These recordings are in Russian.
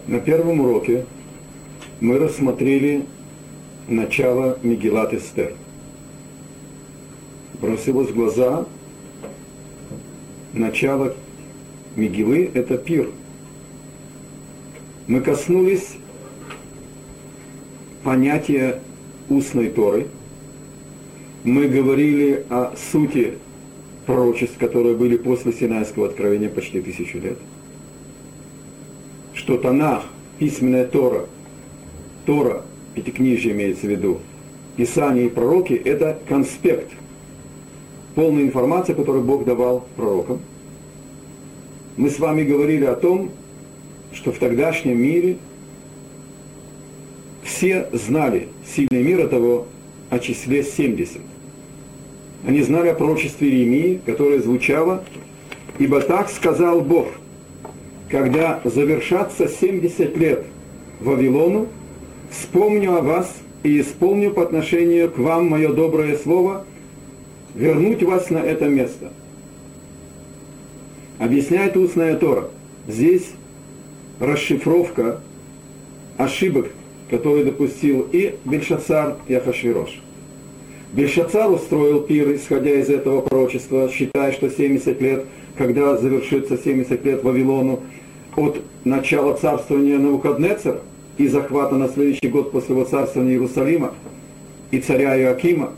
На первом уроке мы рассмотрели начало Мегилат Эстер. Бросилось в глаза начало Мегилы – это пир. Мы коснулись понятия устной Торы. Мы говорили о сути пророчеств, которые были после Синайского откровения почти 1000 лет. Что Танах, письменная Тора, пятикнижие имеется в виду, Писание и пророки – это конспект, полная информация, которую Бог давал пророкам. Мы с вами говорили о том, что в тогдашнем мире все знали, сильный мир того, о числе 70. Они знали о пророчестве Иеремии, которое звучало: «Ибо так сказал Бог, когда завершатся 70 лет Вавилону, вспомню о вас и исполню по отношению к вам мое доброе слово, вернуть вас на это место». Объясняет устная Тора. Здесь расшифровка ошибок, которые допустил и Бельшацар, и Ахашвирош. Бельшацар устроил пир, исходя из этого пророчества, считая, что 70 лет, когда завершится 70 лет Вавилону, от начала царствования Навуходнецера и захвата на следующий год после его царствования Иерусалима и царя Иоакима.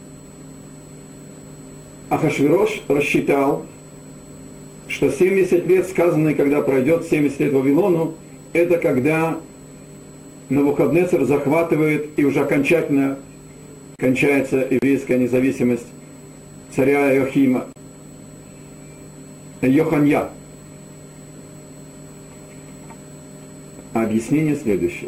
Ахашвирош рассчитал, что 70 лет, сказанные, когда пройдет 70 лет Вавилону, это когда Навуходнецер захватывает и уже окончательно кончается еврейская независимость царя Иохима, Йоханья. А объяснение следующее.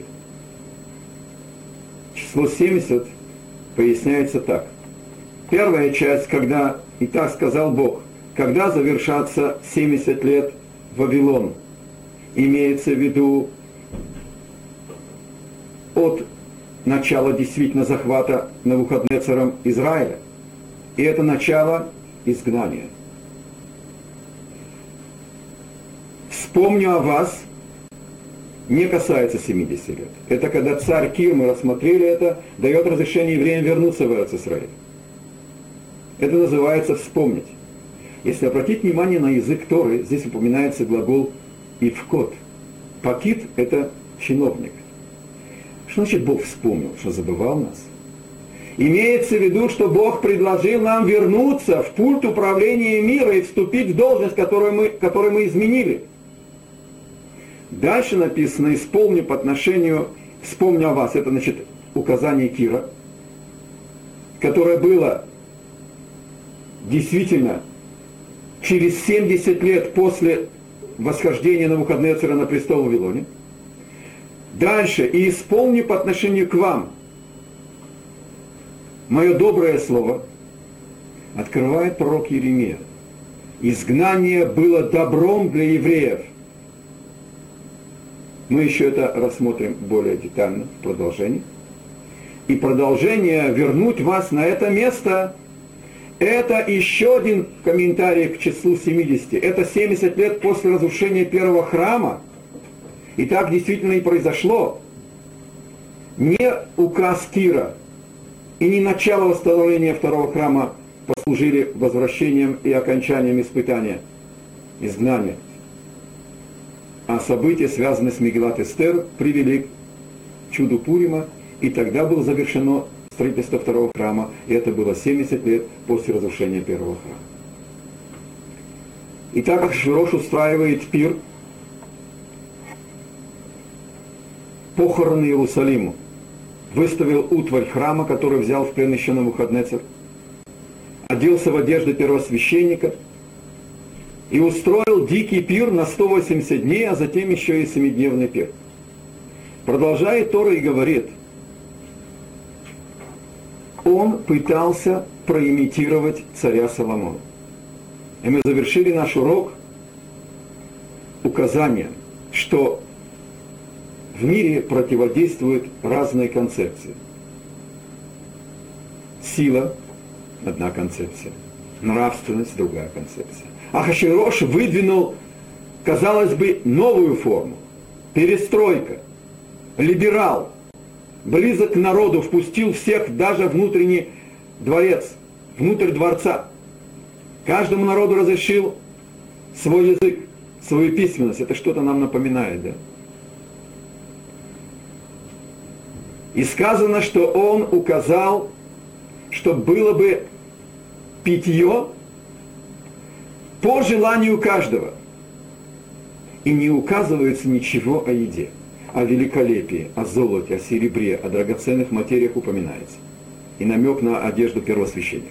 Число 70 поясняется так. Первая часть, когда, и так сказал Бог, когда завершатся 70 лет Вавилону, имеется в виду от начала действительно захвата Навуходнецером Израиля. И это начало изгнания. «Вспомню о вас» не касается 70 лет. Это когда царь Кир, мы рассмотрели это, дает разрешение евреям вернуться в Эрец-Исраэль. Это называется «вспомнить». Если обратить внимание на язык Торы, здесь упоминается глагол «ивкот». «Пакит» – это чиновник. Что значит Бог вспомнил? Что забывал нас? Имеется в виду, что Бог предложил нам вернуться в пульт управления мира и вступить в должность, которую мы изменили. Дальше написано «исполню по отношению, вспомню о вас». Это значит указание Кира, которое было действительно через 70 лет после восхождения Навуходнецера на престол в Вавилоне. Дальше «и исполню по отношению к вам мое доброе слово», открывает пророк Иеремия. Изгнание было добром для евреев. Мы еще это рассмотрим более детально в продолжении. И продолжение «вернуть вас на это место» – это еще один комментарий к числу 70. Это 70 лет после разрушения первого храма. И так действительно и произошло. Не указ Кира и не начало восстановления второго храма послужили возвращением и окончанием испытания, изгнания. А события, связанные с Мегилат Эстер, привели к чуду Пурима, и тогда было завершено строительство второго храма, и это было 70 лет после разрушения первого храма. Итак, Ахашвирош устраивает пир, похороны Иерусалиму, выставил утварь храма, который взял в плен еще Навуходнецер, оделся в одежды первосвященника и устроил дикий пир на 180 дней, а затем еще и 7-дневный пир. Продолжает Тора и говорит, он пытался проимитировать царя Соломона. И мы завершили наш урок указанием, что в мире противодействуют разные концепции. Сила – одна концепция, нравственность – другая концепция. Ахашвирош выдвинул, казалось бы, новую форму. перестройка, либерал, близок к народу, впустил всех даже внутренний дворец, внутрь дворца. Каждому народу разрешил свой язык, свою письменность. Это что-то нам напоминает, да? И сказано, что он указал, что было бы питье по желанию каждого. И не указывается ничего о еде, о великолепии, о золоте, о серебре, о драгоценных материях упоминается. И намек на одежду первосвященника.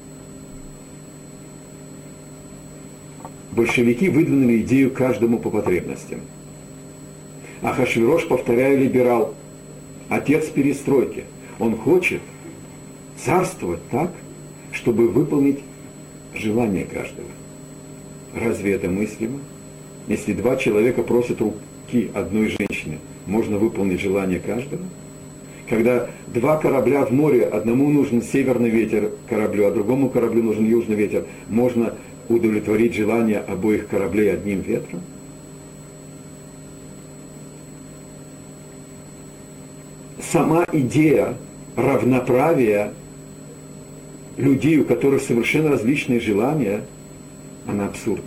Большевики выдвинули идею каждому по потребностям. Ахашвирош, повторяю, либерал, отец перестройки. Он хочет царствовать так, чтобы выполнить желание каждого. Разве это мыслимо? Если два человека просят руки одной женщины, можно выполнить желание каждого? Когда два корабля в море, одному нужен северный ветер кораблю, а другому кораблю нужен южный ветер, можно удовлетворить желание обоих кораблей одним ветром? Сама идея равноправия людей, у которых совершенно различные желания, она абсурдна.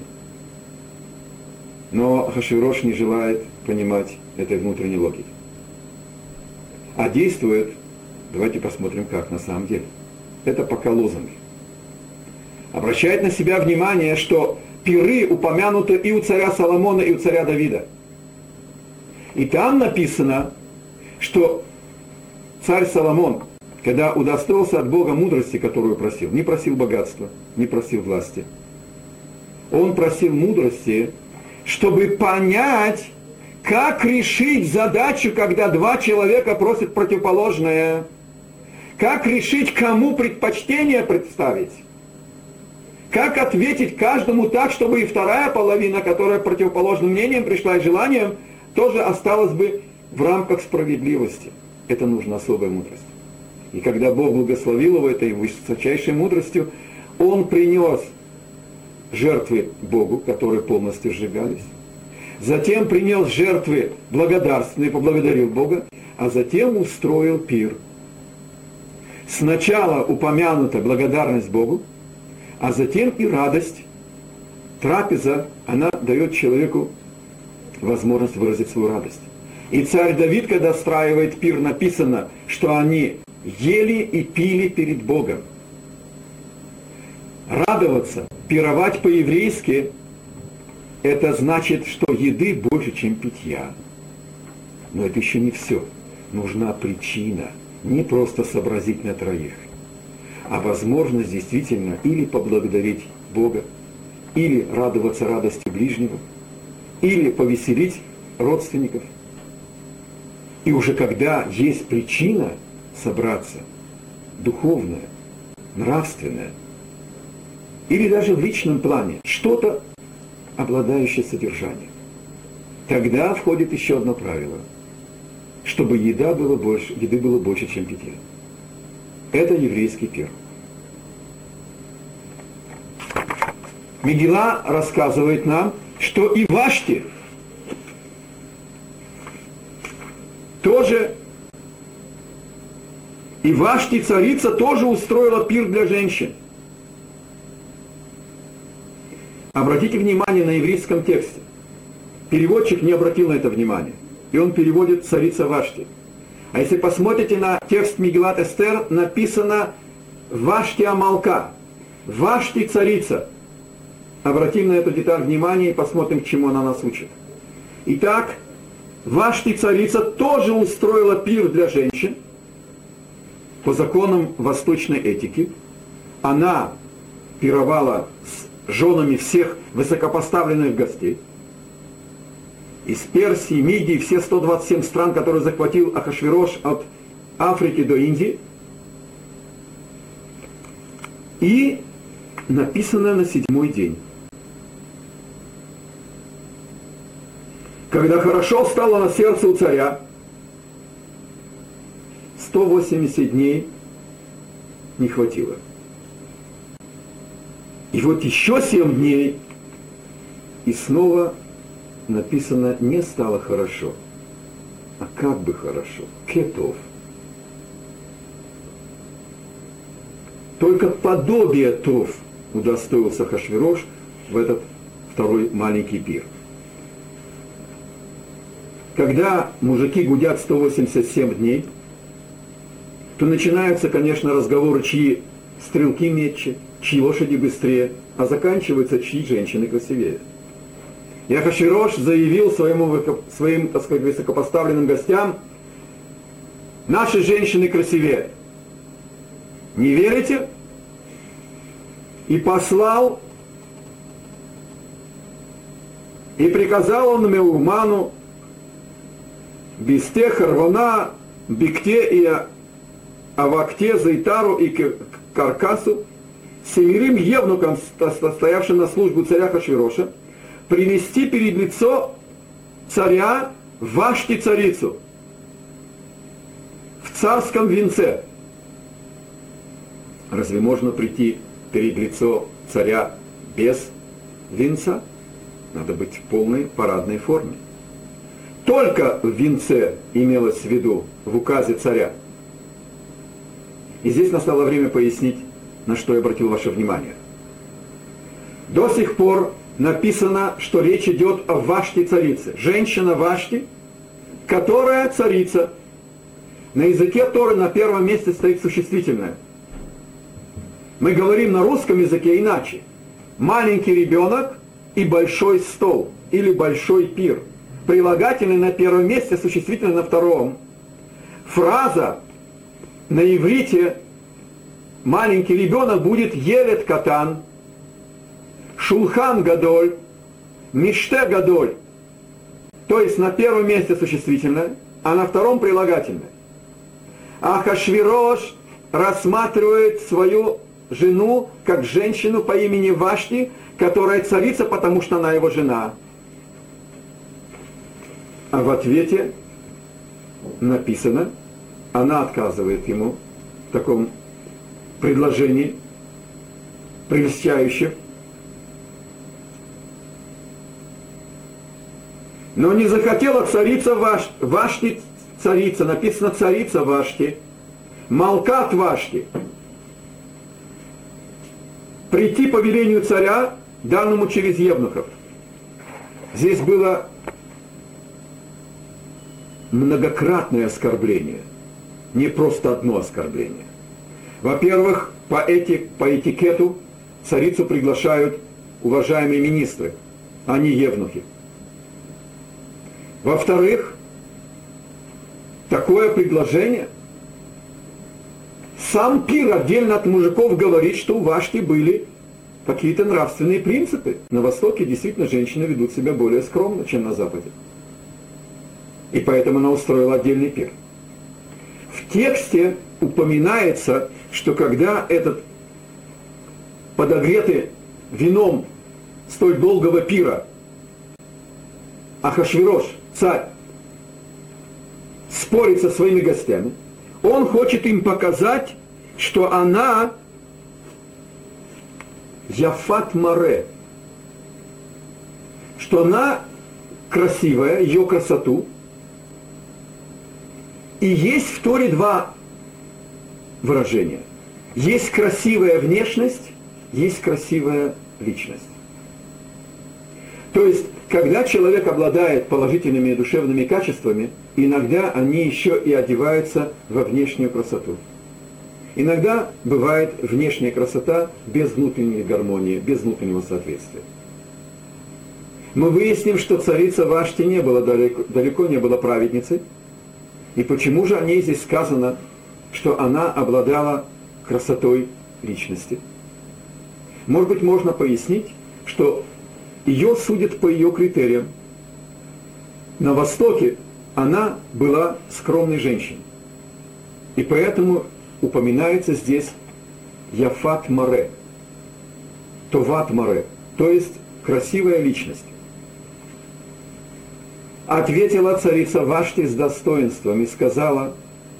Но Ахашвирош не желает понимать этой внутренней логики. А действует, давайте посмотрим, как на самом деле. Это пока лозунги. Обращает на себя внимание, что пиры упомянуты и у царя Соломона, и у царя Давида. И там написано, что царь Соломон, когда удостоился от Бога мудрости, которую просил, не просил богатства, не просил власти, он просил мудрости, чтобы понять, как решить задачу, когда два человека просят противоположное, как решить, кому предпочтение представить, как ответить каждому так, чтобы и вторая половина, которая противоположным мнением пришла и желанием, тоже осталась бы в рамках справедливости. Это нужна особая мудрость. И когда Бог благословил его этой высочайшей мудростью, он принес жертвы Богу, которые полностью сжигались. Затем принес жертвы благодарственные, поблагодарил Бога, а затем устроил пир. Сначала упомянута благодарность Богу, а затем и радость. Трапеза, она дает человеку возможность выразить свою радость. И царь Давид, когда устраивает пир, написано, что они ели и пили перед Богом. Радоваться, пировать по-еврейски, это значит, что еды больше, чем питья. Но это еще не все. Нужна причина, не просто сообразить на троих, а возможность действительно или поблагодарить Бога, или радоваться радости ближнего, или повеселить родственников. И уже когда есть причина собраться, духовная, нравственная, или даже в личном плане, что-то, обладающее содержанием, тогда входит еще одно правило, чтобы еды было больше, чем питья. Это еврейский пир. Мегилла рассказывает нам, что и Вашти тоже, и Вашти царица тоже устроила пир для женщин. Обратите внимание на еврейском тексте. Переводчик не обратил на это внимание. И он переводит царица Вашти. А если посмотрите на текст Мегилат Эстер, написано Вашти Амалка. Вашти царица. Обратим на эту деталь внимание и посмотрим, к чему она нас учит. Итак, Вашти царица тоже устроила пир для женщин по законам восточной этики. Она пировала с женами всех высокопоставленных гостей. Из Персии, Мидии, все 127 стран, которые захватил Ахашвирош от Африки до Индии. И написано на 7-й день. Когда хорошо стало на сердце у царя, 180 дней не хватило. И вот еще 7 дней, и снова написано не стало хорошо, а как бы хорошо, кетов. Только подобие тов удостоился Ахашвирош в этот второй маленький пир. Когда мужики гудят 187 дней, то начинаются, конечно, разговоры, чьи стрелки метче, чьи лошади быстрее, а заканчиваются, чьи женщины красивее. И Ахашвирош заявил своим, так сказать, высокопоставленным гостям: наши женщины красивее. Не верите? И послал, и приказал он Меурману, Бисте, Харвана, Бикте и Авакте, Зайтару и Каркасу, 7 евнукам, стоявшим на службу царя Ахашвироша, принести перед лицо царя Вашти царицу в царском венце. Разве можно прийти перед лицо царя без венца? Надо быть в полной парадной форме. Только в венце имелось в виду в указе царя. И здесь настало время пояснить, на что я обратил ваше внимание. До сих пор написано, что речь идет о Вашти царице. Женщина Вашти, которая царица. На языке Торы на первом месте стоит существительное. Мы говорим на русском языке иначе. Маленький ребенок и большой стол или большой пир. Прилагательное на первом месте, существительное на втором. Фраза на иврите маленький ребенок будет елет катан, шулхан гадоль, миште гадоль. То есть на первом месте существительное, а на втором прилагательное. Ахашвирош рассматривает свою жену как женщину по имени Вашти, которая царица, потому что она его жена. А в ответе написано, она отказывает ему в таком предложении, прельщающем. Но не захотела царица Вашти, царица, написано царица Вашти, Малкат Вашти, прийти по велению царя, данному через евнухов. Здесь было многократное оскорбление, не просто одно оскорбление. Во-первых, по этикету царицу приглашают уважаемые министры, а не евнухи. Во-вторых, такое предложение, сам пир отдельно от мужиков говорит, что у Вашти были какие-то нравственные принципы. На Востоке действительно женщины ведут себя более скромно, чем на Западе. И поэтому она устроила отдельный пир. В тексте упоминается, что когда этот подогретый вином столь долгого пира Ахашвирош, царь, спорит со своими гостями, он хочет им показать, что она Яфат Маре, что она красивая, ее красоту. И есть в Торе два выражения. Есть красивая внешность, есть красивая личность. То есть, когда человек обладает положительными душевными качествами, иногда они еще и одеваются во внешнюю красоту. Иногда бывает внешняя красота без внутренней гармонии, без внутреннего соответствия. Мы выясним, что царица Вашти не была далеко не была праведницей. И почему же о ней здесь сказано, что она обладала красотой личности? Может быть, можно пояснить, что ее судят по ее критериям. На Востоке она была скромной женщиной. И поэтому упоминается здесь Яфат Маре, Товат Маре, то есть красивая личность. Ответила царица Вашти с достоинством и сказала: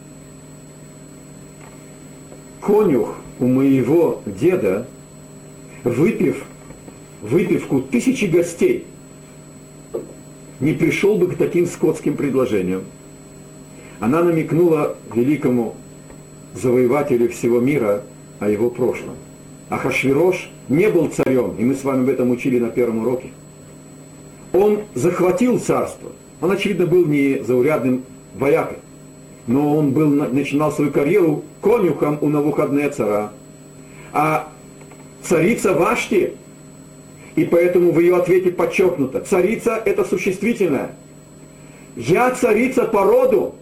конюх у моего деда, выпив выпивку 1000 гостей, не пришел бы к таким скотским предложениям. Она намекнула великому завоевателю всего мира о его прошлом. Ахашвирош не был царем, и мы с вами об этом учили на первом уроке. Он захватил царство. Он, очевидно, был не заурядным воякой, но он начинал свою карьеру конюхом у Навуходнецара. А царица Вашти, и поэтому в ее ответе подчеркнуто, царица – это существительное. Я царица по роду,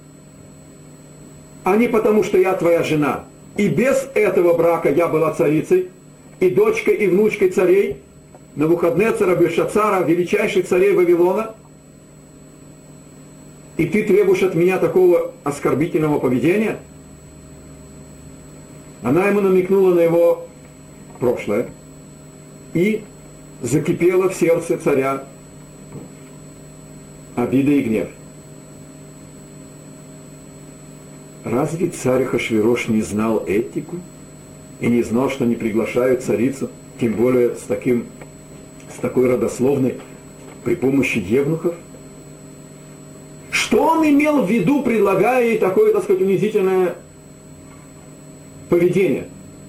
а не потому, что я твоя жена. И без этого брака я была царицей, и дочкой, и внучкой царей, Навуходнецара, Бельшацара, величайших царей Вавилона. И ты требуешь от меня такого оскорбительного поведения? Она ему намекнула на его прошлое и закипела в сердце царя обида и гнев. Разве царь Ахашвирош не знал этику и не знал, что не приглашают царицу, тем более с такой родословной, при помощи евнухов? Что он имел в виду, предлагая ей такое, так сказать, унизительное поведение?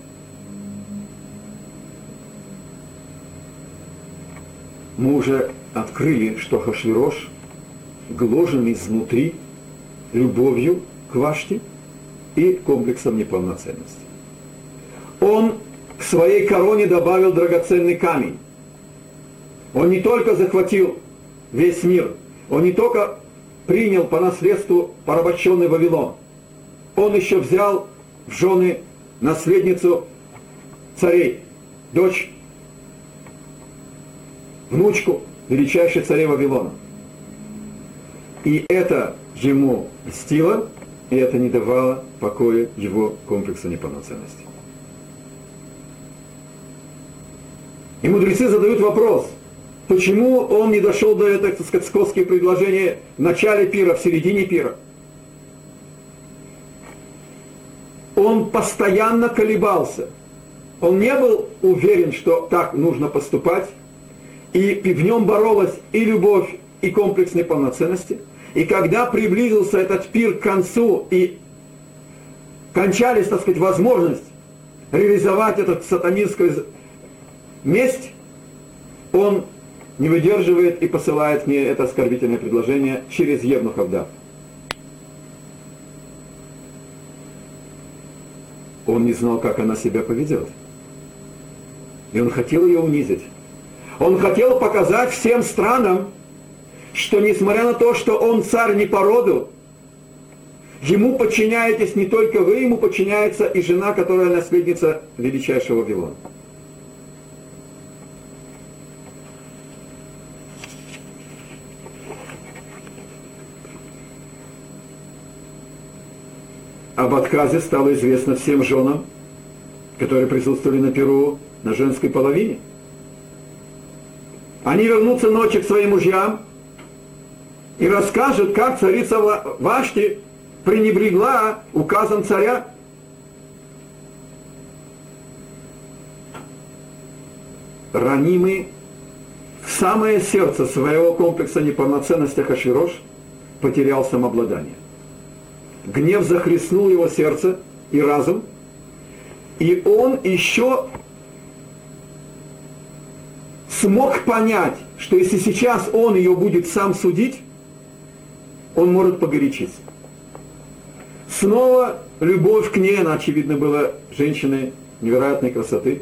Мы уже открыли, что Ахашвирош гложен изнутри любовью к Вашти и комплексом неполноценности. Он к своей короне добавил драгоценный камень. Он не только захватил весь мир, он не только принял по наследству порабощенный Вавилон, он еще взял в жены наследницу царей, дочь, внучку величайших царей Вавилона. И это ему льстило, и это не давало покоя его комплексу неполноценности. И мудрецы задают вопрос, почему он не дошел до этого, так сказать, скотских предложений в начале пира, в середине пира. Он постоянно колебался. Он не был уверен, что так нужно поступать. И в нем боролась и любовь, и комплекс неполноценности. И когда приблизился этот пир к концу, и кончались, так сказать, возможность реализовать этот сатанинскую месть, он не выдерживает и посылает мне это оскорбительное предложение через евнухов Дав. Он не знал, как она себя поведет. И он хотел ее унизить. Он хотел показать всем странам, что несмотря на то, что он царь не по роду, ему подчиняетесь не только вы, ему подчиняется и жена, которая наследница величайшего Вавилона. Об отказе стало известно всем женам, которые присутствовали на пиру на женской половине. Они вернутся ночью к своим мужьям и расскажут, как царица Вашти пренебрегла указом царя. Ранимый в самое сердце своего комплекса неполноценности Ахашвирош потерял самообладание. Гнев захлестнул его сердце и разум, и он еще смог понять, что если сейчас он ее будет сам судить, он может погорячиться. Снова любовь к ней, она, очевидно, была женщиной невероятной красоты,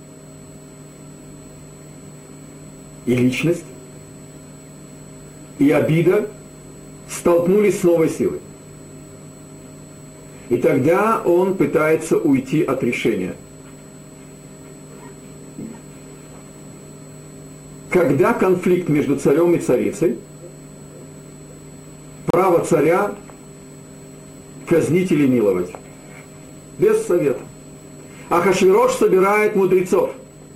и личность, и обида столкнулись с новой силой. И тогда он пытается уйти от решения. Когда конфликт между царем и царицей, право царя казнить или миловать. Без совета. Ахашвирош собирает мудрецов.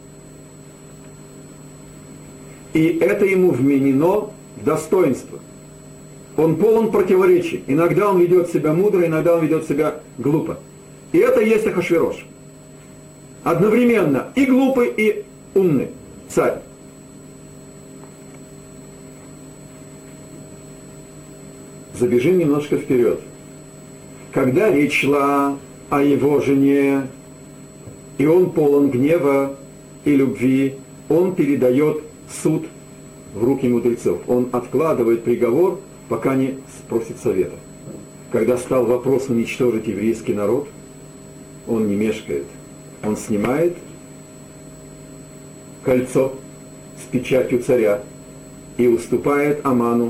И это ему вменено в достоинство. Он полон противоречий. Иногда он ведет себя мудро, иногда он ведет себя глупо. И это есть Ахашвирош. Одновременно и глупый, и умный царь. забежим немножко вперед. Когда речь шла о его жене, и он полон гнева и любви, он передает суд в руки мудрецов. Он откладывает приговор, пока не спросит совета. Когда стал вопрос уничтожить еврейский народ, он не мешкает. Он снимает кольцо с печатью царя и уступает Аману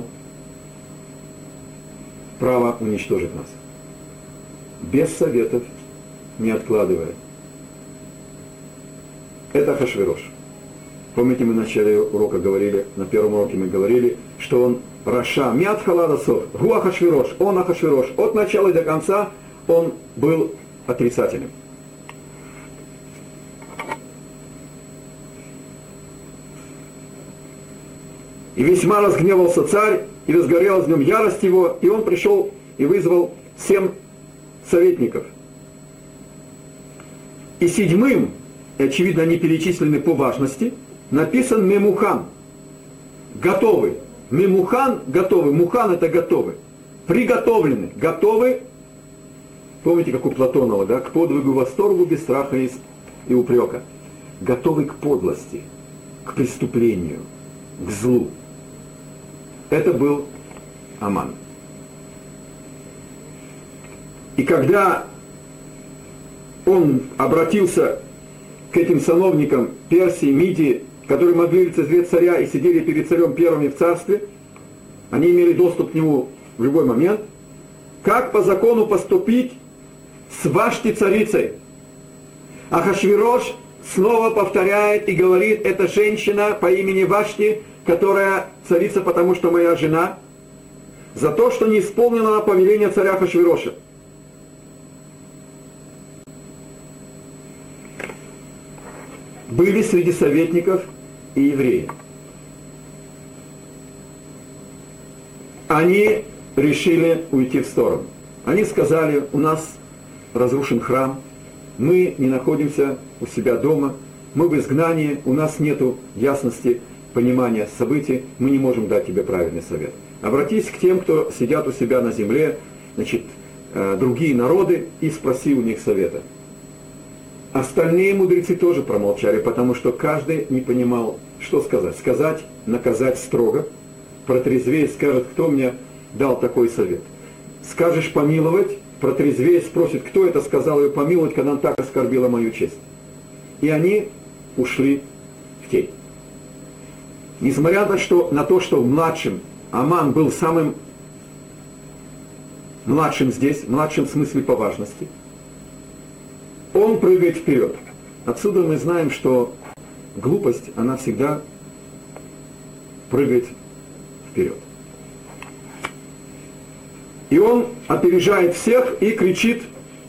право уничтожить нас. Без советов, не откладывая. Это Ахашвирош. Помните, мы в начале урока говорили, на первом уроке мы говорили, что он Раша, мят халадасов, гу Ахашвирош, он Ахашвирош. От начала и до конца он был отрицателем. И весьма разгневался царь, и разгорелась в нем ярость его, и он пришел и вызвал 7 советников. И 7-м, и очевидно они перечислены по важности, написан Мемухан, готовый. Мемухан готовый, Мухан это готовый. Приготовлены, готовы, помните, как у Платонова, да, к подвигу, восторгу, без страха и упрека. Готовы к подлости, к преступлению, к злу. Это был Аман. И когда он обратился к этим сановникам Персии, Мидии, которые могли лицезреть царя и сидели перед царем первыми в царстве, они имели доступ к нему в любой момент, как по закону поступить с Вашти царицей. Ахашвирош снова повторяет и говорит, это женщина по имени Вашти, которая царица, потому что моя жена, за то, что не исполнила повеление царя Ахашвироша. Были среди советников и евреи. Они решили уйти в сторону. Они сказали, у нас разрушен храм, мы не находимся у себя дома, мы в изгнании, у нас нет ясности понимания событий, мы не можем дать тебе правильный совет. Обратись к тем, кто сидят у себя на земле, значит, другие народы, и спроси у них совета. Остальные мудрецы тоже промолчали, потому что каждый не понимал, что сказать. Сказать, наказать строго, протрезвеет, скажет, кто мне дал такой совет. Скажешь помиловать, протрезвеет, спросит, кто это сказал ее помиловать, когда он так оскорбила мою честь. И они ушли в тень. Несмотря на то, что младшим Аман был самым младшим здесь, младшим в смысле по важности, он прыгает вперед. Отсюда мы знаем, что глупость, она всегда прыгает вперед. И он опережает всех и кричит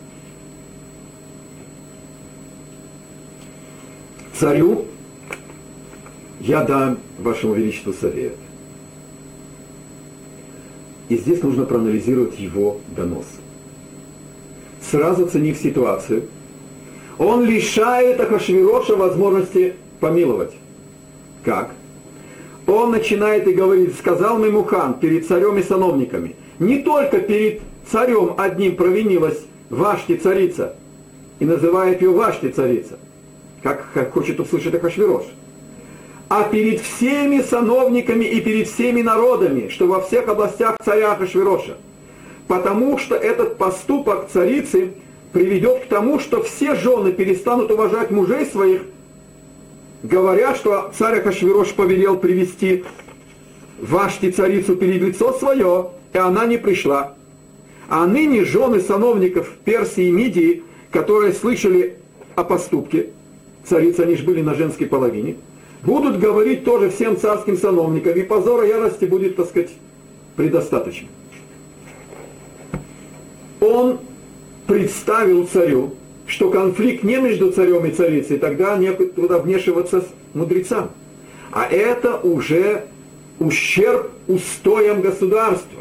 царю, я дам вашему величеству совет. И здесь нужно проанализировать его донос. Сразу оценив ситуацию, он лишает Ахашвироша возможности помиловать. Как? Он начинает и говорит, сказал Мемухан перед царем и сановниками, не только перед царем одним провинилась Вашти царица, и называет ее Вашти царица, как хочет услышать Ахашвирош, а перед всеми сановниками и перед всеми народами, что во всех областях царя Ахашвироша. Потому что этот поступок царицы приведет к тому, что все жены перестанут уважать мужей своих, говоря, что царь Ахашвирош повелел привести Вашти царицу перед лицо свое, и она не пришла. А ныне жены сановников Персии и Мидии, которые слышали о поступке царицы, они же были на женской половине, будут говорить тоже всем царским сановникам, и позора ярости будет, так сказать, предостаточно. Он представил царю, что конфликт не между царем и царицей, тогда некуда вмешиваться мудрецам. А это уже ущерб устоям государства.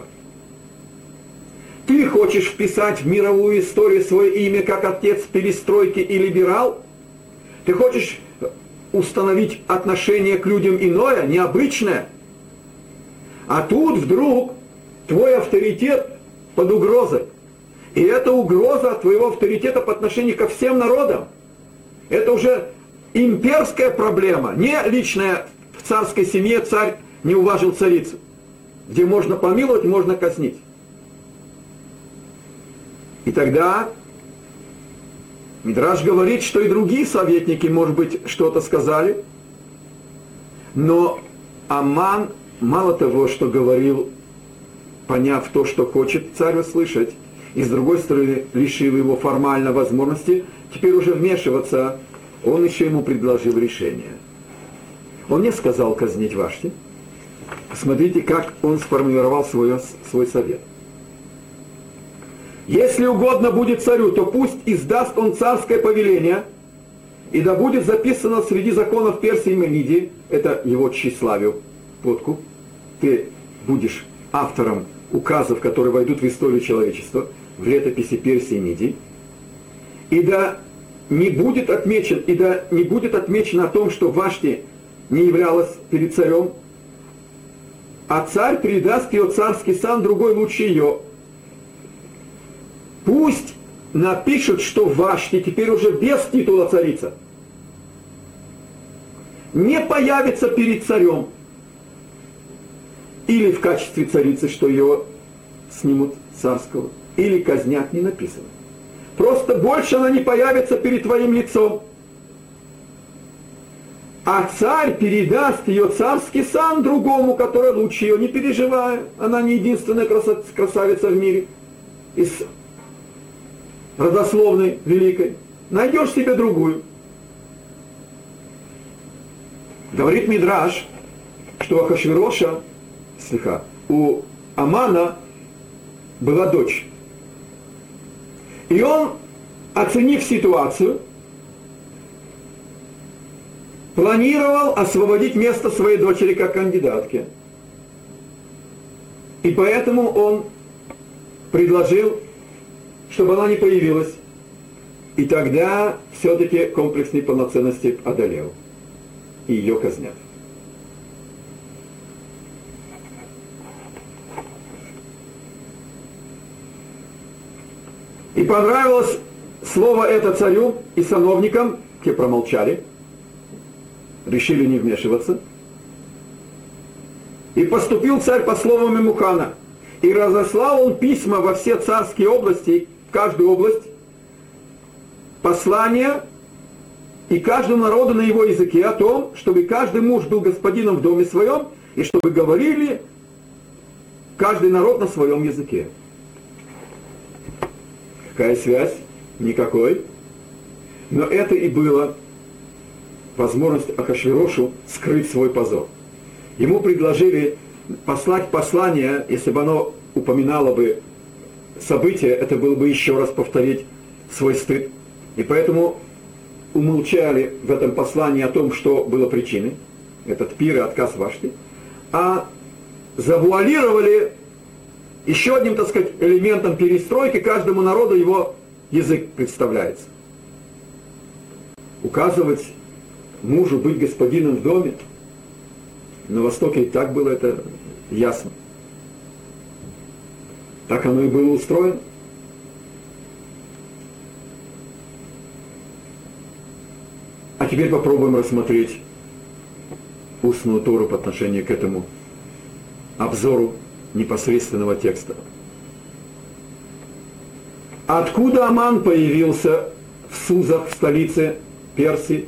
Ты хочешь вписать в мировую историю свое имя как отец перестройки и либерал? Ты хочешь установить отношение к людям иное, необычное? А тут вдруг твой авторитет под угрозой. И это угроза твоего авторитета по отношению ко всем народам. Это уже имперская проблема, не личная в царской семье, царь не уважил царицу, где можно помиловать, можно казнить. И тогда Мидраш говорит, что и другие советники, может быть, что-то сказали, но Аман мало того, что говорил, поняв то, что хочет царь услышать, и с другой стороны лишил его формально возможности теперь уже вмешиваться, он еще ему предложил решение. Он не сказал казнить Вашти. Посмотрите, как он сформулировал свой совет. Если угодно будет царю, то пусть издаст он царское повеление, и да будет записано среди законов Персии и Мемидии, это его тщеславию, подкуп, ты будешь автором указов, которые войдут в историю человечества, в летописи Персии и Мидии, и да не будет отмечено о том, что Вашти не являлась перед царем, а царь передаст ее царский сан другой лучше ее. Пусть напишут, что Вашти теперь уже без титула царица не появится перед царем, или в качестве царицы, что ее снимут царского, или казнят, не написано. Просто больше она не появится перед твоим лицом. А царь передаст ее царский сан другому, который лучше ее, не переживая. Она не единственная красавица в мире из родословной великой. Найдешь себе другую. Говорит Мидраш, что у Ахашвироша, у Амана была дочь. И он, оценив ситуацию, планировал освободить место своей дочери как кандидатки. И поэтому он предложил, чтобы она не появилась. И тогда все-таки комплекс неполноценности одолел. И ее казнят. И понравилось слово это царю и сановникам, те промолчали, решили не вмешиваться. И поступил царь по слову Мемухана, и разослал он письма во все царские области, в каждую область, послания и каждому народу на его языке о том, чтобы каждый муж был господином в доме своем, и чтобы говорили каждый народ на своем языке. Какая связь? Никакой. Но это и было возможность Ахашвирошу скрыть свой позор. Ему предложили послать послание, если бы оно упоминало бы события, это было бы еще раз повторить свой стыд. И поэтому умолчали в этом послании о том, что было причиной, этот пир и отказ Вашти, а завуалировали еще одним, так сказать, элементом перестройки, каждому народу его язык представляется. Указывать мужу быть господином в доме, на Востоке и так было это ясно. Так оно и было устроено. А теперь попробуем рассмотреть устную Тору по отношению к этому обзору непосредственного текста. Откуда Аман появился в Сузах, в столице Персии?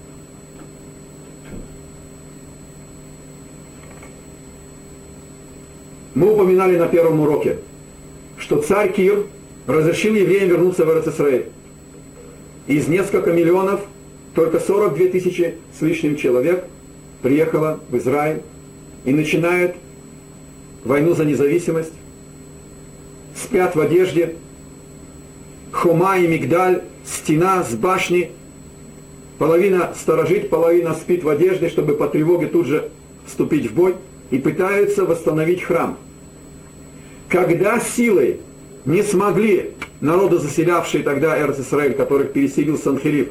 Мы упоминали на первом уроке, что царь Кир разрешил евреям вернуться в Эрец-Исраэль. Из нескольких миллионов только 42 тысячи с лишним человек приехало в Израиль и начинают войну за независимость, спят в одежде, Хома и Мигдаль, стена с башни, половина сторожит, половина спит в одежде, чтобы по тревоге тут же вступить в бой, и пытаются восстановить храм. Когда силой не смогли народы, заселявшие тогда Эрец-Исраэль, которых переселил Санхериб,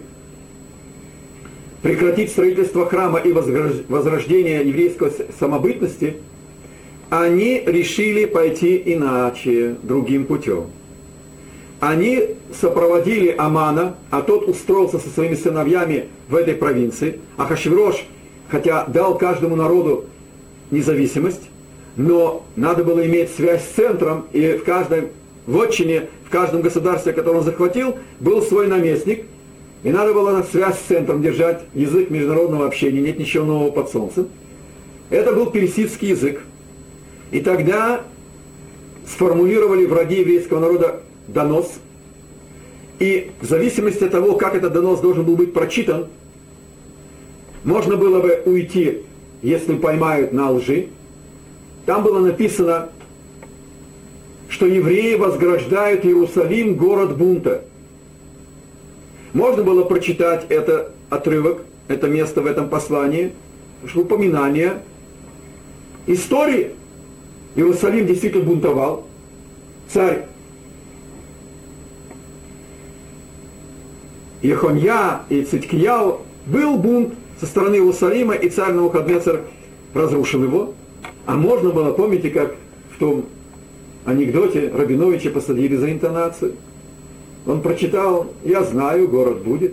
прекратить строительство храма и возрождение еврейской самобытности, они решили пойти иначе, другим путем. Они сопроводили Амана, а тот устроился со своими сыновьями в этой провинции. Ахашвирош, хотя дал каждому народу независимость, но надо было иметь связь с центром, и в каждой вотчине, в каждом государстве, которое он захватил, был свой наместник, и надо было связь с центром держать, язык международного общения, нет ничего нового под солнцем. Это был персидский язык. И тогда сформулировали враги еврейского народа донос, и в зависимости от того, как этот донос должен был быть прочитан, можно было бы уйти, если поймают на лжи. Там было написано, что евреи возграждают Иерусалим, город бунта. Можно было прочитать этот отрывок, это место в этом послании, упоминание истории. Иерусалим действительно бунтовал. Царь Ехонья и Циткияу, был бунт со стороны Иерусалима, и царь Навуходоносор разрушил его. А можно было, помните, как в том анекдоте Рабиновича посадили за интонацию? Он прочитал: «Я знаю, город будет».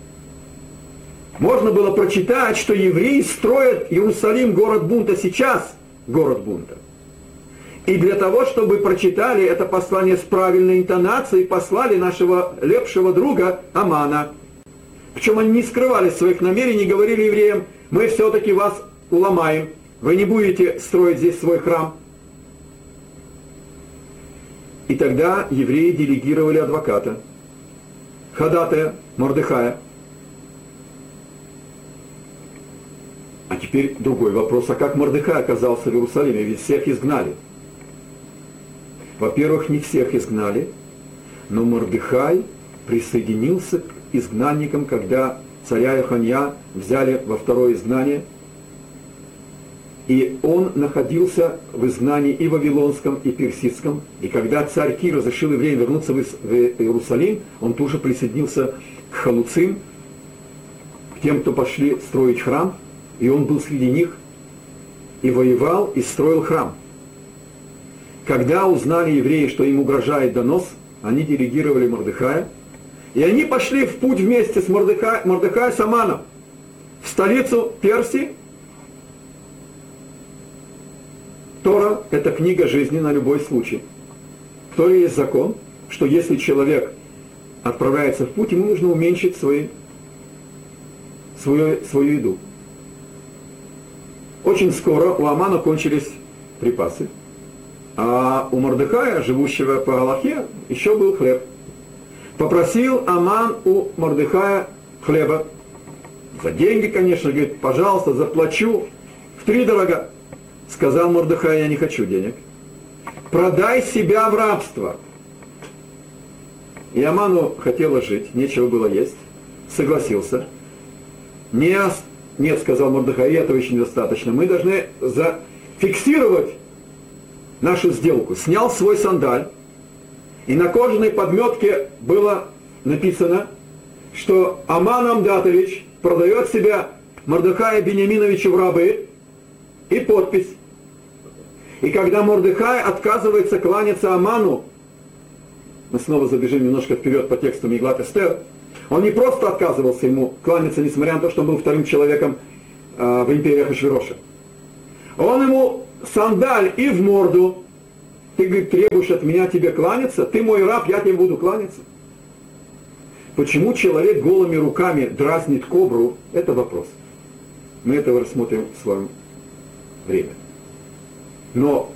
Можно было прочитать, что евреи строят Иерусалим, город бунта, сейчас город бунта. И для того, чтобы прочитали это послание с правильной интонацией, послали нашего лепшего друга Амана. Причем они не скрывали своих намерений, говорили евреям: мы все-таки вас уломаем, вы не будете строить здесь свой храм. И тогда евреи делегировали адвоката, ходатая Мордехая. А теперь другой вопрос: а как Мордехай оказался в Иерусалиме? Ведь всех изгнали. Во-первых, не всех изгнали, но Мордехай присоединился к изгнанникам, когда царя Ехонья взяли во второе изгнание, и он находился в изгнании и вавилонском, и персидском, и когда царь Кир разрешил евреям вернуться в Иерусалим, он тоже присоединился к халуцим, к тем, кто пошли строить храм, и он был среди них, и воевал, и строил храм. Когда узнали евреи, что им угрожает донос, они делегировали Мордехая, и они пошли в путь вместе с Мордехай с Аманом в столицу Персии. Тора – это книга жизни на любой случай. В Торе есть закон, что если человек отправляется в путь, ему нужно уменьшить свою еду. Очень скоро у Амана кончились припасы, а у Мордехая, живущего по Галахе, еще был хлеб. Попросил Аман у Мордехая хлеба. За деньги, конечно, говорит: пожалуйста, заплачу втридорога. Сказал Мордехай: я не хочу денег. Продай себя в рабство. И Аману хотелось жить, нечего было есть. Согласился. Нет, сказал Мордехай, этого еще недостаточно. Мы должны зафиксировать нашу сделку. Снял свой сандаль, и на кожаной подметке было написано, что Аман Амдатович продает себя Мордехаю Бениаминовичу в рабы, и подпись. И когда Мордехай отказывается кланяться Аману, мы снова забежим немножко вперед по тексту Меглат Эстер, он не просто отказывался ему кланяться, несмотря на то, что он был вторым человеком в империи Ахашвироша. Он ему сандаль и в морду: ты, говорит, требуешь от меня тебе кланяться, ты мой раб, я тебе буду кланяться. Почему человек голыми руками дразнит кобру, это вопрос. Мы этого рассмотрим в своем время. Но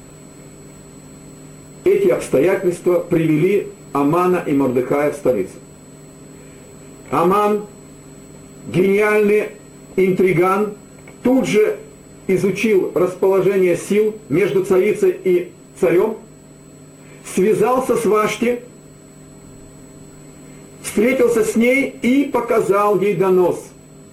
эти обстоятельства привели Амана и Мордехая в столицу. Аман, гениальный интриган, тут же изучил расположение сил между царицей и царем, связался с Вашти, встретился с ней и показал ей донос.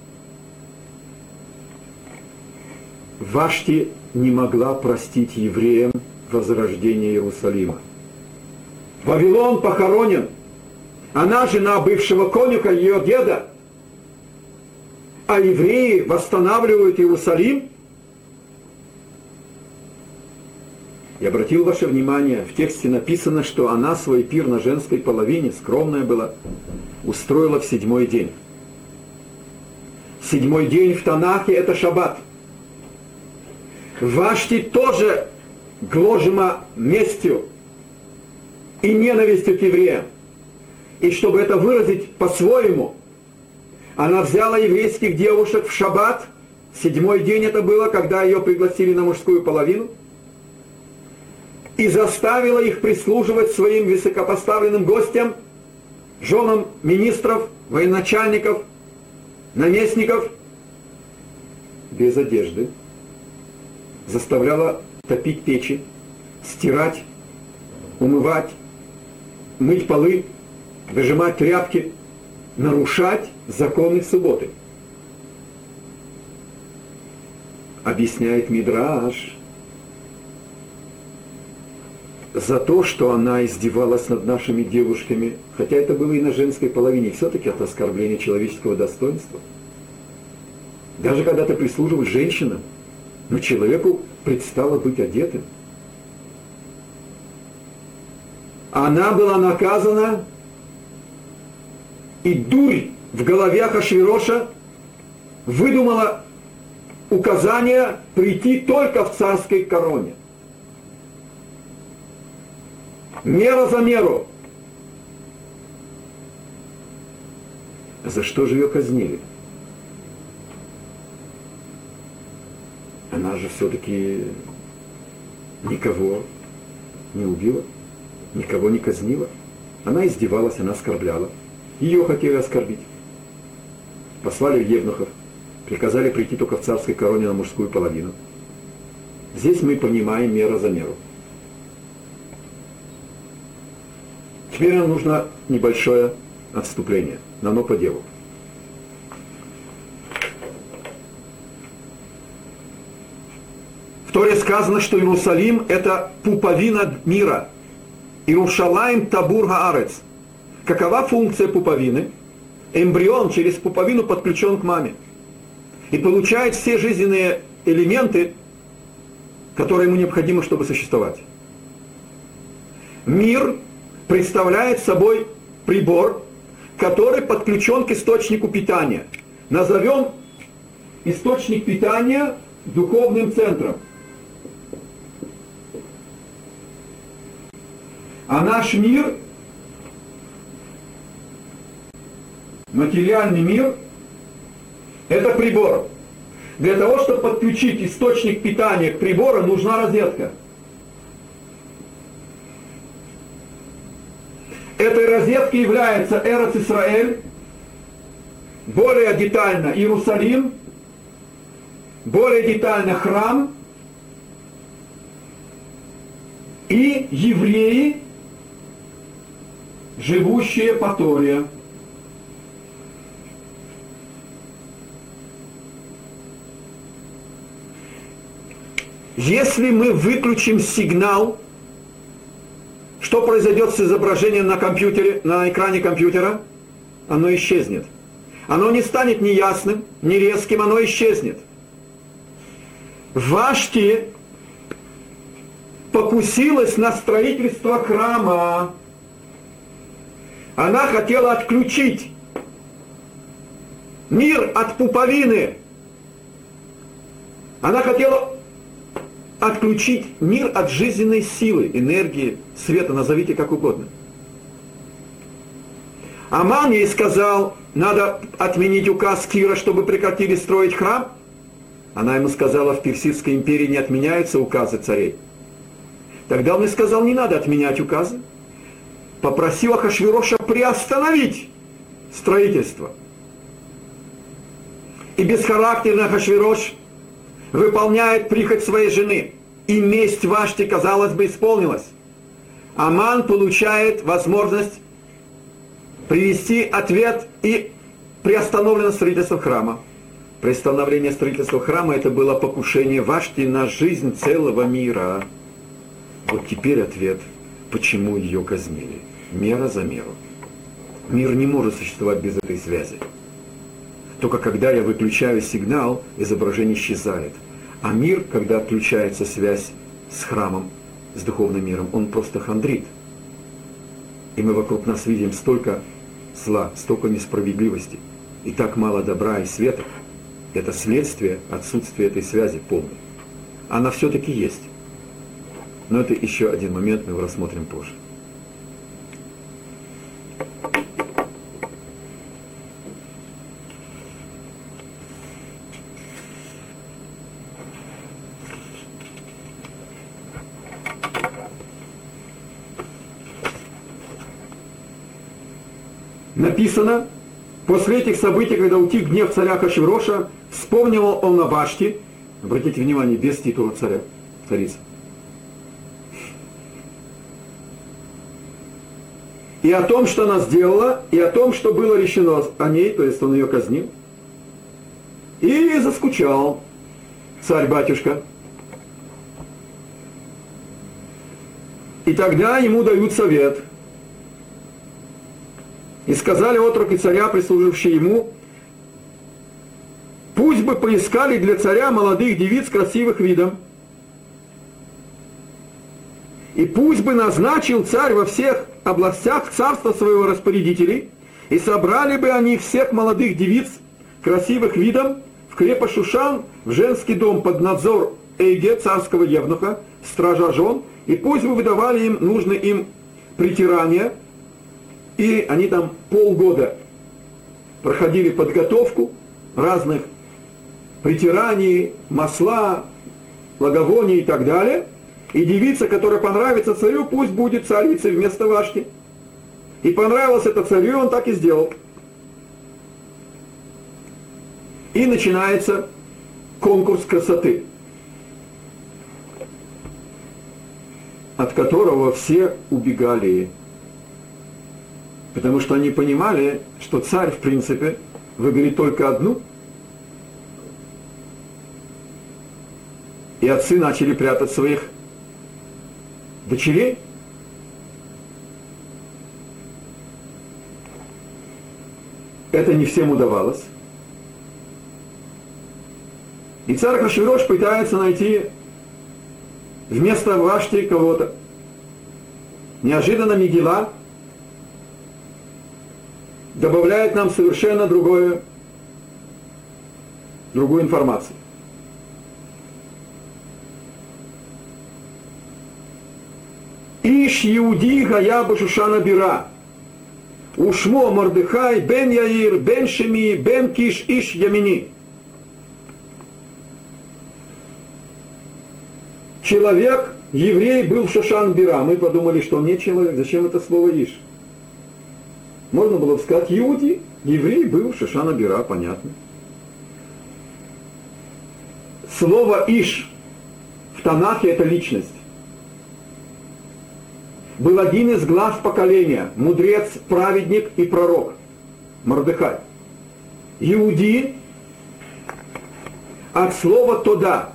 Вашти не могла простить евреям возрождение Иерусалима. Вавилон похоронен. Она жена бывшего конюха, ее деда. А евреи восстанавливают Иерусалим. И обратил ваше внимание, в тексте написано, что она свой пир на женской половине, скромная была, устроила в 7-й день. 7-й день в Танахе – это шаббат. Вашти тоже гложима местью и ненавистью к евреям. И чтобы это выразить по-своему, она взяла еврейских девушек в шаббат, 7-й день это было, когда ее пригласили на мужскую половину, и заставила их прислуживать своим высокопоставленным гостям, женам министров, военачальников, наместников, без одежды, заставляла топить печи, стирать, умывать, мыть полы, выжимать тряпки, нарушать законы субботы. Объясняет Мидраш, за то, что она издевалась над нашими девушками, хотя это было и на женской половине, все-таки это оскорбление человеческого достоинства. Даже когда ты прислуживаешь женщинам, но человеку предстало быть одетым. Она была наказана, и дурь в голове Ахашвироша выдумала указание прийти только в царской короне. Мера за меру. За что же ее казнили? Она же все-таки никого не убила, никого не казнила. Она издевалась, она оскорбляла. Ее хотели оскорбить. Послали евнухов, приказали прийти только в царской короне на мужскую половину. Здесь мы понимаем мера за меру. Теперь нам нужно небольшое отступление, но оно по делу. В Торе сказано, что Иерусалим – это пуповина мира. Иерушалаим табур хаарец. Какова функция пуповины? Эмбрион через пуповину подключен к маме и получает все жизненные элементы, которые ему необходимы, чтобы существовать. Мир представляет собой прибор, который подключен к источнику питания. Назовем источник питания духовным центром. А наш мир, материальный мир, это прибор. Для того, чтобы подключить источник питания к прибору, нужна розетка. Этой розеткой является Эрец Исраэль, более детально Иерусалим, более детально храм и евреи, живущие по Торе. Если мы выключим сигнал, что произойдет с изображением на компьютере, на экране компьютера? Оно исчезнет. Оно не станет ни ясным, ни резким, оно исчезнет. Вашти покусилась на строительство храма. Она хотела отключить мир от пуповины. Она хотела отключить мир от жизненной силы, энергии, света, назовите как угодно. Аман ей сказал, надо отменить указ Кира, чтобы прекратили строить храм. Она ему сказала, в Персидской империи не отменяются указы царей. Тогда он ей сказал, не надо отменять указы. Попросил Ахашвироша приостановить строительство. И бесхарактерный Ахашвирош выполняет прихоть своей жены. И месть Вашти, казалось бы, исполнилась. Аман получает возможность привести ответ, и приостановлено строительство храма. Приостановление строительства храма – это было покушение Вашти на жизнь целого мира. Вот теперь ответ, почему ее казнили. Мера за меру. Мир не может существовать без этой связи. Только когда я выключаю сигнал, изображение исчезает. А мир, когда отключается связь с храмом, с духовным миром, он просто хандрит. И мы вокруг нас видим столько зла, столько несправедливости, и так мало добра и света. Это следствие отсутствия этой связи полной. Она все-таки есть. Но это еще один момент, мы его рассмотрим позже. Написано, после этих событий, когда утих гнев царя Ахашвироша, вспомнил он о Вашти, обратите внимание, без титула царя, царицы, и о том, что она сделала, и о том, что было решено о ней, то есть он ее казнил, и заскучал царь-батюшка. И тогда ему дают совет. И сказали отроки царя, прислужившие ему, пусть бы поискали для царя молодых девиц красивых видом. И пусть бы назначил царь во всех областях царства своего распорядителей, и собрали бы они всех молодых девиц красивых видом в крепость Шушан, в женский дом под надзор Эйге, царского евнуха, стража жен, и пусть бы выдавали им нужные им притирания. И они там полгода проходили подготовку разных притираний, масла, благовоний и так далее. И девица, которая понравится царю, пусть будет царицей вместо Вашти. И понравилось это царю, он так и сделал. И начинается конкурс красоты, от которого все убегали. Потому что они понимали, что царь, в принципе, выберет только одну. И отцы начали прятать своих дочерей. Это не всем удавалось. И царь Ахашвирош пытается найти вместо Вашти кого-то. Неожиданно Мегила добавляет нам совершенно другую информацию. Иш Иуди Гая Башушана Бира, Ушмо Мордехай бен Яир бен Шеми бен Киш Иш Ямини. Человек, еврей, был в Шушан-Бира. Мы подумали, что он не человек. Зачем это слово Иш? Можно было бы сказать Иуди, еврей был в Шушан-Бира, понятно. Слово Иш в Танахе это личность. Был один из глав поколения, мудрец, праведник и пророк, Мордехай. Иуди от слова Тода.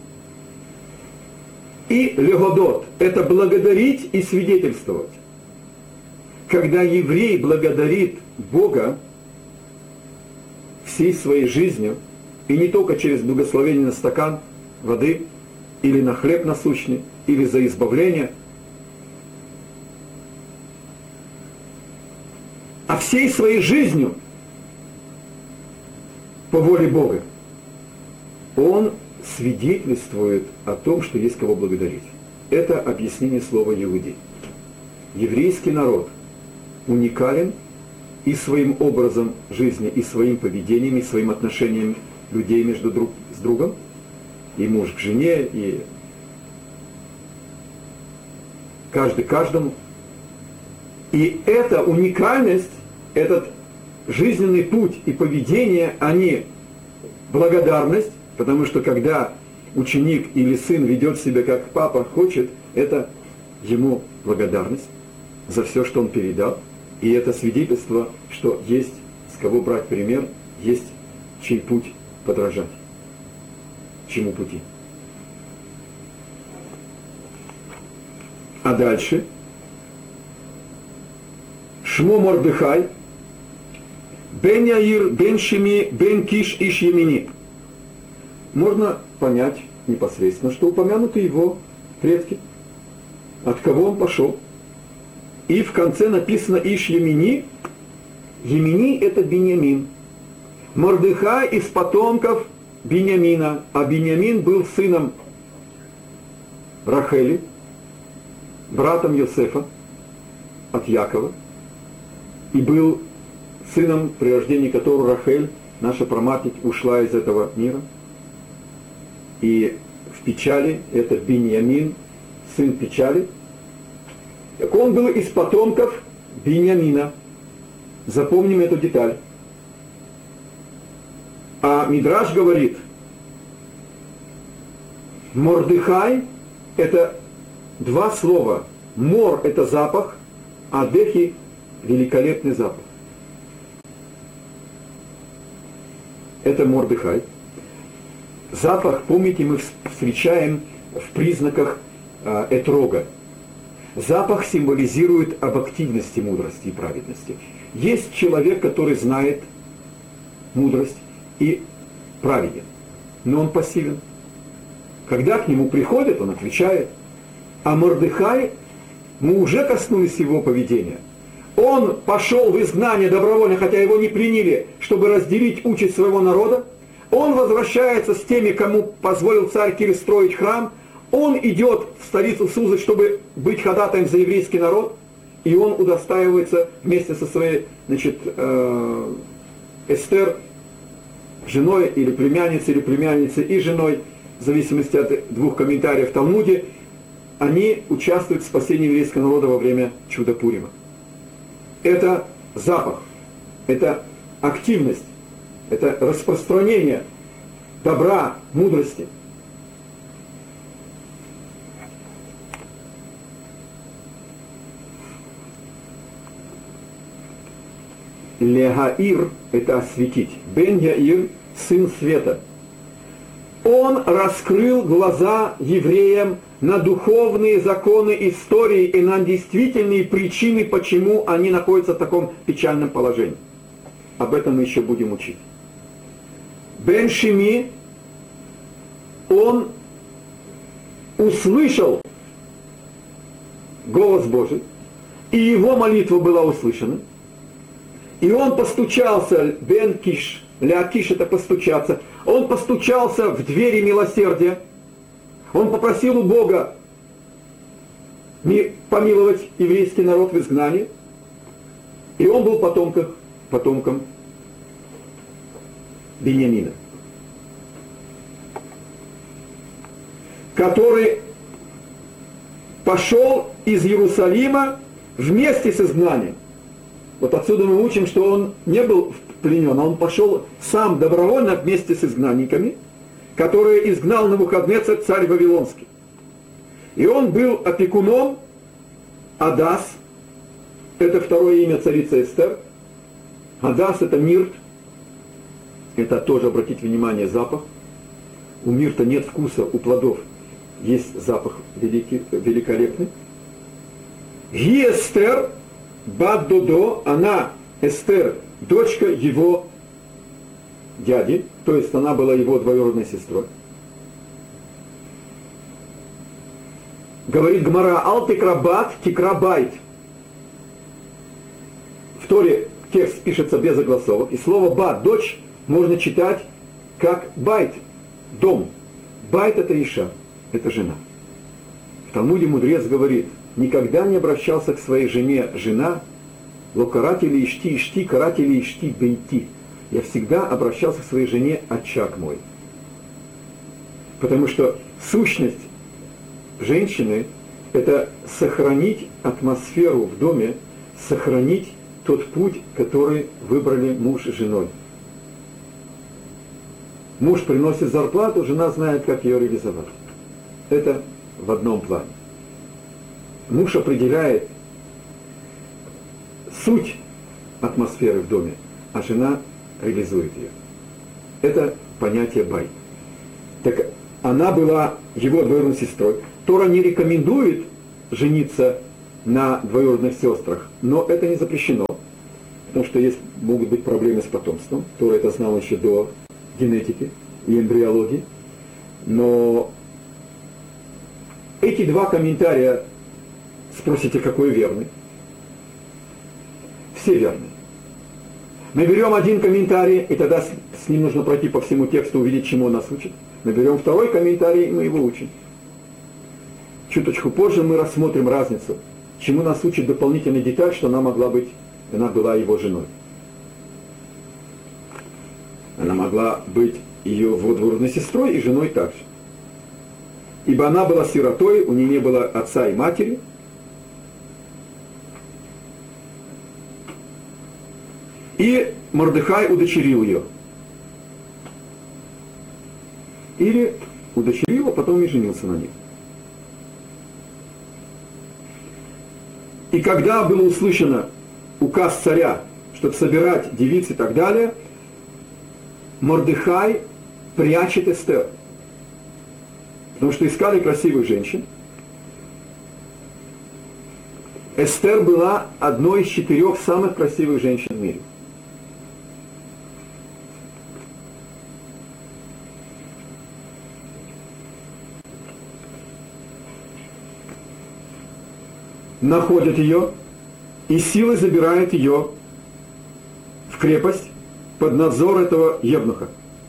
И легодот – это благодарить и свидетельствовать. Когда еврей благодарит Бога всей своей жизнью, и не только через благословение на стакан воды, или на хлеб насущный, или за избавление, а всей своей жизнью по воле Бога, он свидетельствует о том, что есть кого благодарить. Это объяснение слова «Иуди». Еврейский народ уникален и своим образом жизни, и своим поведением, и своим отношением людей между друг с другом, и муж к жене, и каждый каждому. И эта уникальность, этот жизненный путь и поведение, они благодарность, потому что когда ученик или сын ведет себя как папа хочет, это ему благодарность за все, что он передал. И это свидетельство, что есть с кого брать пример, есть чей путь подражать. Чему пути. А дальше Шмо Мордехай бен Яир бен Шеми бен Киш Иш Ямини. Можно понять непосредственно, что упомянуты его предки. от кого он пошел. И в конце написано Иш Емини. Емини – это Биньямин. Мордехай из потомков Биньямина, а Биньямин был сыном Рахели, братом Йосефа от Якова, и был сыном, при рождении которого Рахель, наша праматерь, ушла из этого мира. И в печали это Биньямин, сын печали. Так он был из потомков Биньямина. Запомним эту деталь. А Мидраш говорит, Мордехай – это два слова. Мор – это запах, а дехи – великолепный запах. Это Мордехай. Запах, помните, мы встречаем в признаках этрога. Запах символизирует об активности, мудрости и праведности. Есть человек, который знает мудрость и праведен, но он пассивен. Когда к нему приходят, он отвечает. А Мордехай, мы уже коснулись его поведения. Он пошел в изгнание добровольно, хотя его не приняли, чтобы разделить участь своего народа. Он возвращается с теми, кому позволил царь Кир строить храм. Он идет в столицу Сузы, чтобы быть ходатаем за еврейский народ. И он удостаивается вместе со своей, Эстер, женой или племянницей и женой, в зависимости от двух комментариев в Талмуде, они участвуют в спасении еврейского народа во время чуда Пурима. Это запах, это активность, это распространение добра, мудрости. Легаир – это осветить. Бен Яир – сын света. Он раскрыл глаза евреям на духовные законы истории и на действительные причины, почему они находятся в таком печальном положении. Об этом мы еще будем учить. Бен Шими, он услышал голос Божий, и его молитва была услышана. И он постучался, Бен Киш, Леакиш это постучаться, он постучался в двери милосердия, он попросил у Бога помиловать еврейский народ в изгнании, и он был потомком Биньямина, который пошел из Иерусалима вместе с изгнанием. Вот отсюда мы учим, что он не был пленен, а он пошел сам добровольно вместе с изгнанниками, которые изгнал Навуходоносор, царь Вавилонский. И он был опекуном Адас, это второе имя царицы Эстер. Адас это мирт, это тоже, обратите внимание, запах. У мирта нет вкуса, у плодов есть запах великолепный. Эстер Бат Додо, она, Эстер, дочка его дяди, то есть она была его двоюродной сестрой. Говорит Гмара, ал тикрабат тикрабайт. В Торе текст пишется без огласовок, и слово бат, дочь, можно читать как байт, дом. Байт это Иша, это жена. В Талмуде мудрец говорит, никогда не обращался к своей жене жена, локаратели ишти, каратели ишти бейти. Я всегда обращался к своей жене очаг мой. Потому что сущность женщины – это сохранить атмосферу в доме, сохранить тот путь, который выбрали муж и женой. Муж приносит зарплату, жена знает, как ее реализовать. Это в одном плане. Муж определяет суть атмосферы в доме, а жена реализует ее. Это понятие бай. Так она была его двоюродной сестрой. Тора не рекомендует жениться на двоюродных сестрах, но это не запрещено, потому что могут быть проблемы с потомством. Тора это знала еще до генетики и эмбриологии. Но эти два комментария Спросите, какой верный? Все верные. Мы берем один комментарий, и тогда с ним нужно пройти по всему тексту, увидеть, чему он нас учит. Мы берем второй комментарий, и мы его учим. Чуточку позже мы рассмотрим разницу, чему нас учит дополнительная деталь, что она могла быть, она была его женой. Она могла быть ее двоюродной сестрой и женой также. Ибо она была сиротой, у нее не было отца и матери. И Мордехай удочерил ее. Или удочерил, а потом и женился на ней. И когда было услышано указ царя, чтобы собирать девиц и так далее, Мордехай прячет Эстер. Потому что искали красивых женщин. Эстер была одной из 4 самых красивых женщин в мире. Находят ее и силой забирают ее в крепость под надзор этого евнуха.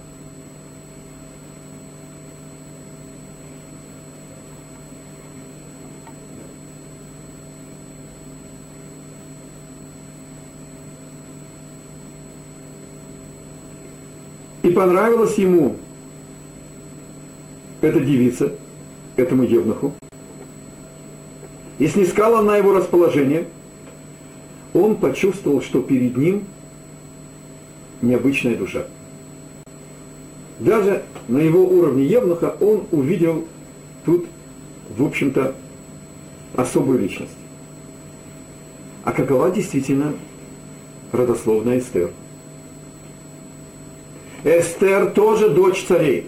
И понравилась ему эта девица, этому евнуху. И снискала на его расположение, он почувствовал, что перед ним необычная душа. Даже на его уровне евнуха он увидел тут, в общем-то, особую личность. А какова действительно родословная Эстер? Эстер тоже дочь царей.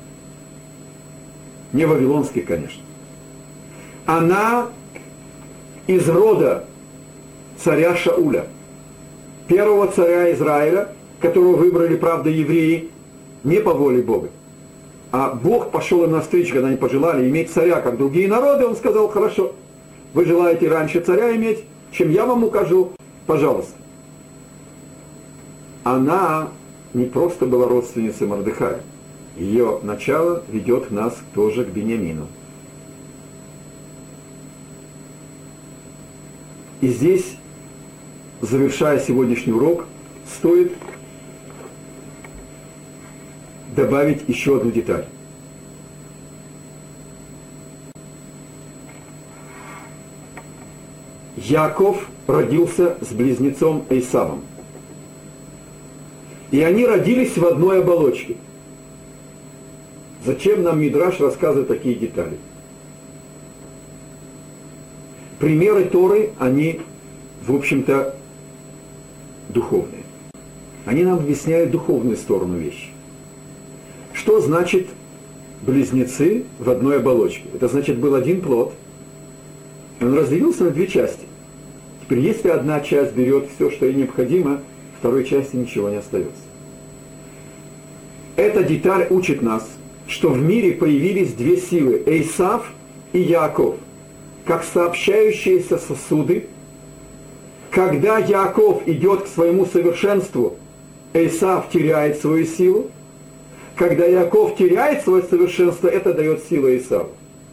Не вавилонских, конечно. Она из рода царя Шауля, первого царя Израиля, которого выбрали, правда, евреи, не по воле Бога. А Бог пошел им навстречу, когда они пожелали иметь царя, как другие народы. Он сказал: хорошо, вы желаете раньше царя иметь, чем я вам укажу, пожалуйста. Она не просто была родственницей Мордехая. Ее начало ведет нас тоже к Биньямину. И здесь, завершая сегодняшний урок, стоит добавить еще одну деталь. Яков родился с близнецом Эйсавом. И они родились в одной оболочке. Зачем нам Мидраш рассказывает такие детали? Примеры Торы, они, в общем-то, духовные. Они нам объясняют духовную сторону вещи. Что значит близнецы в одной оболочке? Это значит, был один плод, он разделился на 2 части. Теперь, если одна часть берет все, что ей необходимо, второй части ничего не остается. Эта деталь учит нас, что в мире появились 2 силы – Эйсав и Яаков, как сообщающиеся сосуды. Когда Яаков идет к своему совершенству, Эйсав теряет свою силу. Когда Яаков теряет свое совершенство, это дает силу Эйсаву.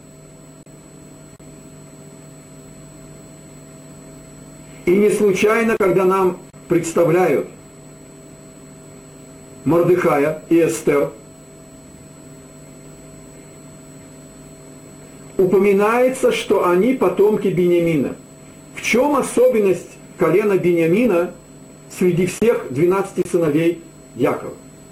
И не случайно, когда нам представляют Мордехая и Эстер, упоминается, что они потомки Биньямина. В чем особенность колена Биньямина среди всех 12 сыновей Якова?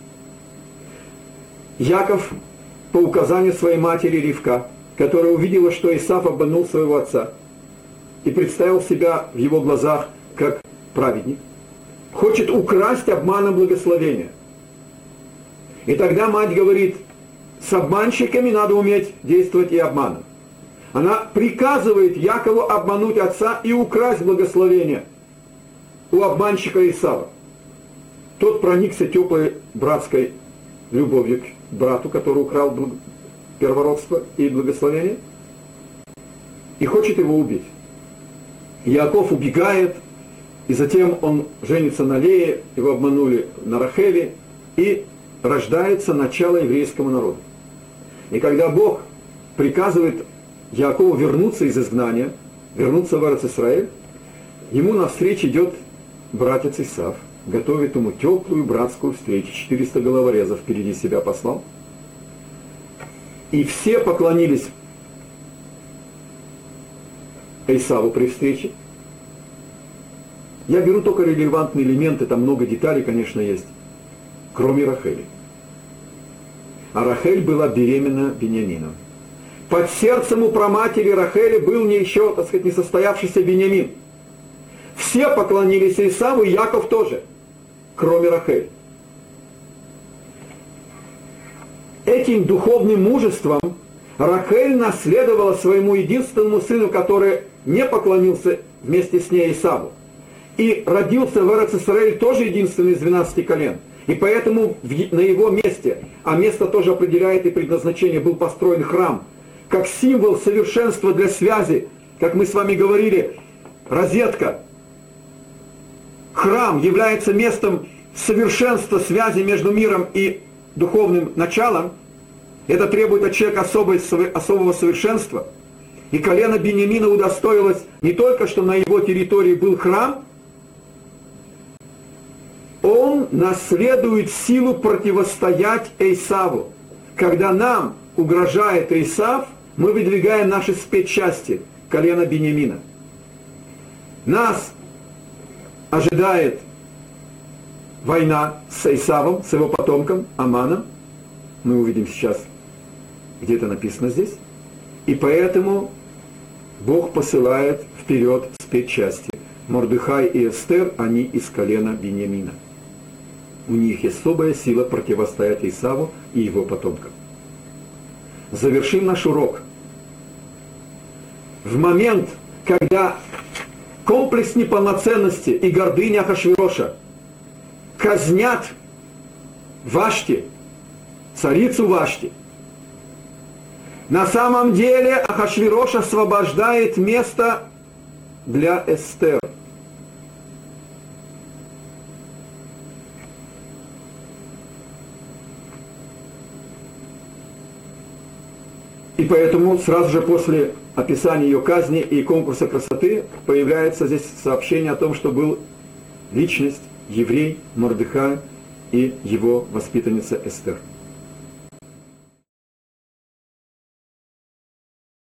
Яков, по указанию своей матери Ривка, которая увидела, что Исав обманул своего отца и представил себя в его глазах как праведник, хочет украсть обманом благословения. И тогда мать говорит: с обманщиками надо уметь действовать и обманом. Она приказывает Якову обмануть отца и украсть благословение у обманщика Исава. Тот проникся теплой братской любовью к брату, который украл первородство и благословение, и хочет его убить. Яаков убегает, и затем он женится на Лее, его обманули на Рахеле, и рождается начало еврейскому народу. И когда Бог приказывает Яакову вернуться из изгнания, вернуться в Эрец-Исраэль, ему навстречу идет братец Исав, готовит ему теплую братскую встречу, 400 головорезов впереди себя послал. И все поклонились Исаву при встрече. Я беру только релевантные элементы, там много деталей, конечно, есть, кроме Рахели. А Рахель была беременна Биньямином. Под сердцем у праматери Рахели был не еще, так сказать, несостоявшийся Биньямин. Все поклонились Исаву, и Яков тоже, кроме Рахели. Этим духовным мужеством Рахель наследовала своему единственному сыну, который не поклонился вместе с ней Исаву. И родился в Эрец-Исраэль тоже единственный из 12 колен. И поэтому на его месте, а место тоже определяет и предназначение, был построен храм, как символ совершенства для связи, как мы с вами говорили, розетка. Храм является местом совершенства связи между миром и духовным началом. Это требует от человека особого совершенства. И колено Биньямина удостоилось не только, что на его территории был храм, он наследует силу противостоять Эйсаву. Когда нам угрожает Эйсав, мы выдвигаем наши спецчасти, колено Биньямина. Нас ожидает война с Эйсавом, с его потомком Аманом. Мы увидим сейчас, где это написано здесь. И поэтому Бог посылает вперед спецчасти. Мордехай и Эстер, они из колена Биньямина. У них есть особая сила противостоять Исаву и его потомкам. Завершим наш урок. В момент, когда комплекс неполноценности и гордыня Ахашвироша казнят Вашти, царицу Вашти, на самом деле Ахашвирош освобождает место для Эстер. И поэтому сразу же после описания ее казни и конкурса красоты появляется здесь сообщение о том, что был личность, еврей, Мордехай и его воспитанница Эстер.